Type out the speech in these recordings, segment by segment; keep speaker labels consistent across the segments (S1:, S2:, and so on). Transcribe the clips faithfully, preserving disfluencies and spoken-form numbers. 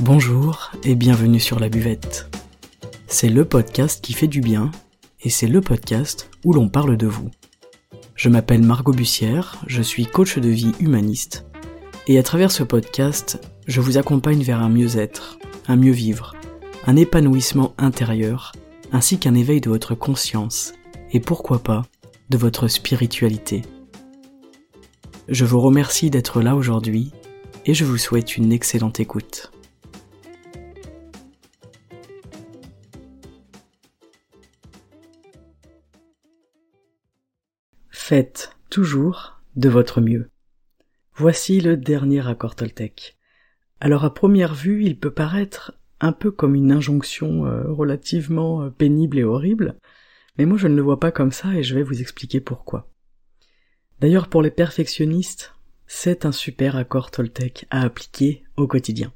S1: Bonjour et bienvenue sur La Buvette. C'est le podcast qui fait du bien et c'est le podcast où l'on parle de vous. Je m'appelle Margot Bussière, je suis coach de vie humaniste et à travers ce podcast, je vous accompagne vers un mieux-être, un mieux-vivre, un épanouissement intérieur ainsi qu'un éveil de votre conscience et pourquoi pas de votre spiritualité. Je vous remercie d'être là aujourd'hui et je vous souhaite une excellente écoute. Faites toujours de votre mieux. Voici le dernier accord Toltec. Alors à première vue, il peut paraître un peu comme une injonction euh, relativement pénible et horrible, mais moi je ne le vois pas comme ça et je vais vous expliquer pourquoi. D'ailleurs pour les perfectionnistes, c'est un super accord Toltec à appliquer au quotidien.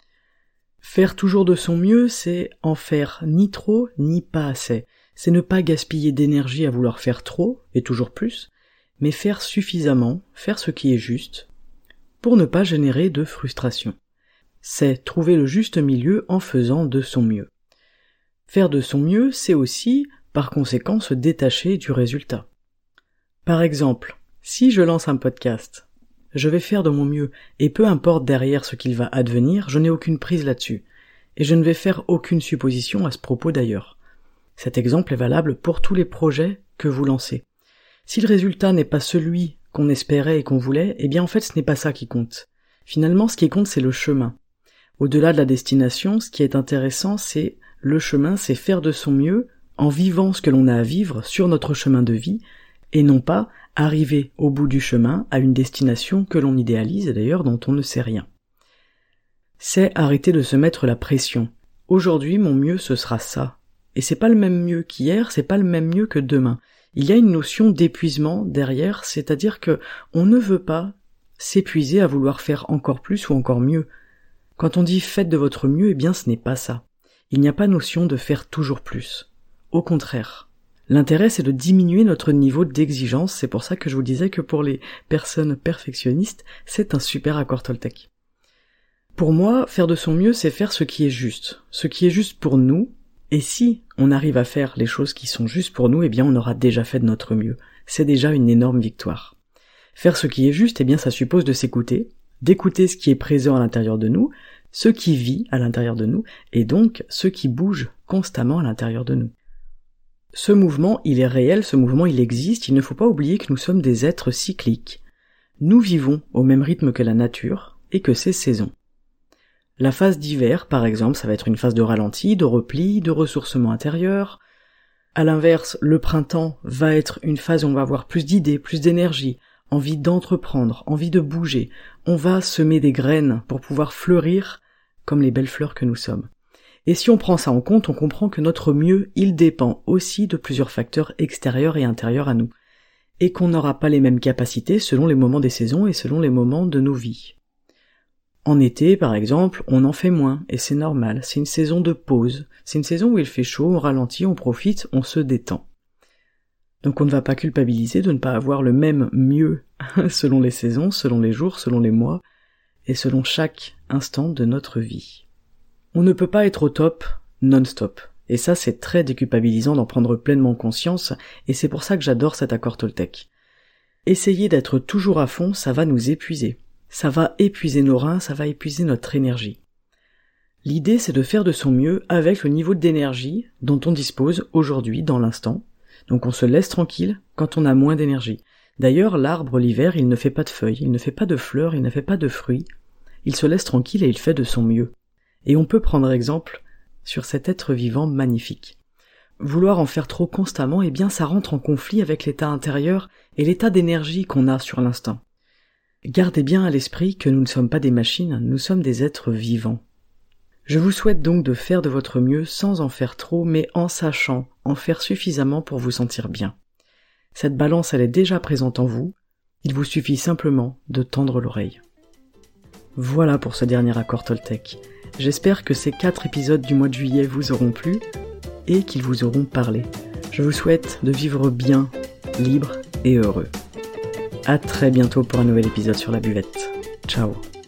S1: Faire toujours de son mieux, c'est en faire ni trop ni pas assez. C'est ne pas gaspiller d'énergie à vouloir faire trop, et toujours plus, mais faire suffisamment, faire ce qui est juste, pour ne pas générer de frustration. C'est trouver le juste milieu en faisant de son mieux. Faire de son mieux, c'est aussi, par conséquent, se détacher du résultat. Par exemple, si je lance un podcast, je vais faire de mon mieux, et peu importe derrière ce qu'il va advenir, je n'ai aucune prise là-dessus, et je ne vais faire aucune supposition à ce propos d'ailleurs. Cet exemple est valable pour tous les projets que vous lancez. Si le résultat n'est pas celui qu'on espérait et qu'on voulait, eh bien en fait ce n'est pas ça qui compte. Finalement, ce qui compte, c'est le chemin. Au-delà de la destination, ce qui est intéressant, c'est le chemin, c'est faire de son mieux en vivant ce que l'on a à vivre sur notre chemin de vie, et non pas arriver au bout du chemin à une destination que l'on idéalise et d'ailleurs dont on ne sait rien. C'est arrêter de se mettre la pression. Aujourd'hui, mon mieux, ce sera ça. Et c'est pas le même mieux qu'hier, c'est pas le même mieux que demain. Il y a une notion d'épuisement derrière, c'est-à-dire que on ne veut pas s'épuiser à vouloir faire encore plus ou encore mieux. Quand on dit faites de votre mieux, eh bien ce n'est pas ça. Il n'y a pas notion de faire toujours plus. Au contraire. L'intérêt c'est de diminuer notre niveau d'exigence, c'est pour ça que je vous disais que pour les personnes perfectionnistes, c'est un super accord Toltec. Pour moi, faire de son mieux, c'est faire ce qui est juste. Ce qui est juste pour nous. Et si on arrive à faire les choses qui sont justes pour nous, eh bien on aura déjà fait de notre mieux. C'est déjà une énorme victoire. Faire ce qui est juste, eh bien ça suppose de s'écouter, d'écouter ce qui est présent à l'intérieur de nous, ce qui vit à l'intérieur de nous, et donc ce qui bouge constamment à l'intérieur de nous. Ce mouvement, il est réel, ce mouvement, il existe, il ne faut pas oublier que nous sommes des êtres cycliques. Nous vivons au même rythme que la nature et que ses saisons. La phase d'hiver, par exemple, ça va être une phase de ralenti, de repli, de ressourcement intérieur. À l'inverse, le printemps va être une phase où on va avoir plus d'idées, plus d'énergie, envie d'entreprendre, envie de bouger. On va semer des graines pour pouvoir fleurir comme les belles fleurs que nous sommes. Et si on prend ça en compte, on comprend que notre mieux, il dépend aussi de plusieurs facteurs extérieurs et intérieurs à nous. Et qu'on n'aura pas les mêmes capacités selon les moments des saisons et selon les moments de nos vies. En été, par exemple, on en fait moins, et c'est normal, c'est une saison de pause, c'est une saison où il fait chaud, on ralentit, on profite, on se détend. Donc on ne va pas culpabiliser de ne pas avoir le même mieux selon les saisons, selon les jours, selon les mois, et selon chaque instant de notre vie. On ne peut pas être au top non-stop, et ça c'est très déculpabilisant d'en prendre pleinement conscience, et c'est pour ça que j'adore cet accord Toltec. Essayer d'être toujours à fond, ça va nous épuiser. Ça va épuiser nos reins, ça va épuiser notre énergie. L'idée, c'est de faire de son mieux avec le niveau d'énergie dont on dispose aujourd'hui, dans l'instant. Donc on se laisse tranquille quand on a moins d'énergie. D'ailleurs, l'arbre, l'hiver, il ne fait pas de feuilles, il ne fait pas de fleurs, il ne fait pas de fruits. Il se laisse tranquille et il fait de son mieux. Et on peut prendre exemple sur cet être vivant magnifique. Vouloir en faire trop constamment, eh bien ça rentre en conflit avec l'état intérieur et l'état d'énergie qu'on a sur l'instant. Gardez bien à l'esprit que nous ne sommes pas des machines, nous sommes des êtres vivants. Je vous souhaite donc de faire de votre mieux sans en faire trop, mais en sachant en faire suffisamment pour vous sentir bien. Cette balance, elle est déjà présente en vous, il vous suffit simplement de tendre l'oreille. Voilà pour ce dernier accord Toltec. J'espère que ces quatre épisodes du mois de juillet vous auront plu et qu'ils vous auront parlé. Je vous souhaite de vivre bien, libre et heureux. À très bientôt pour un nouvel épisode sur La Buvette. Ciao.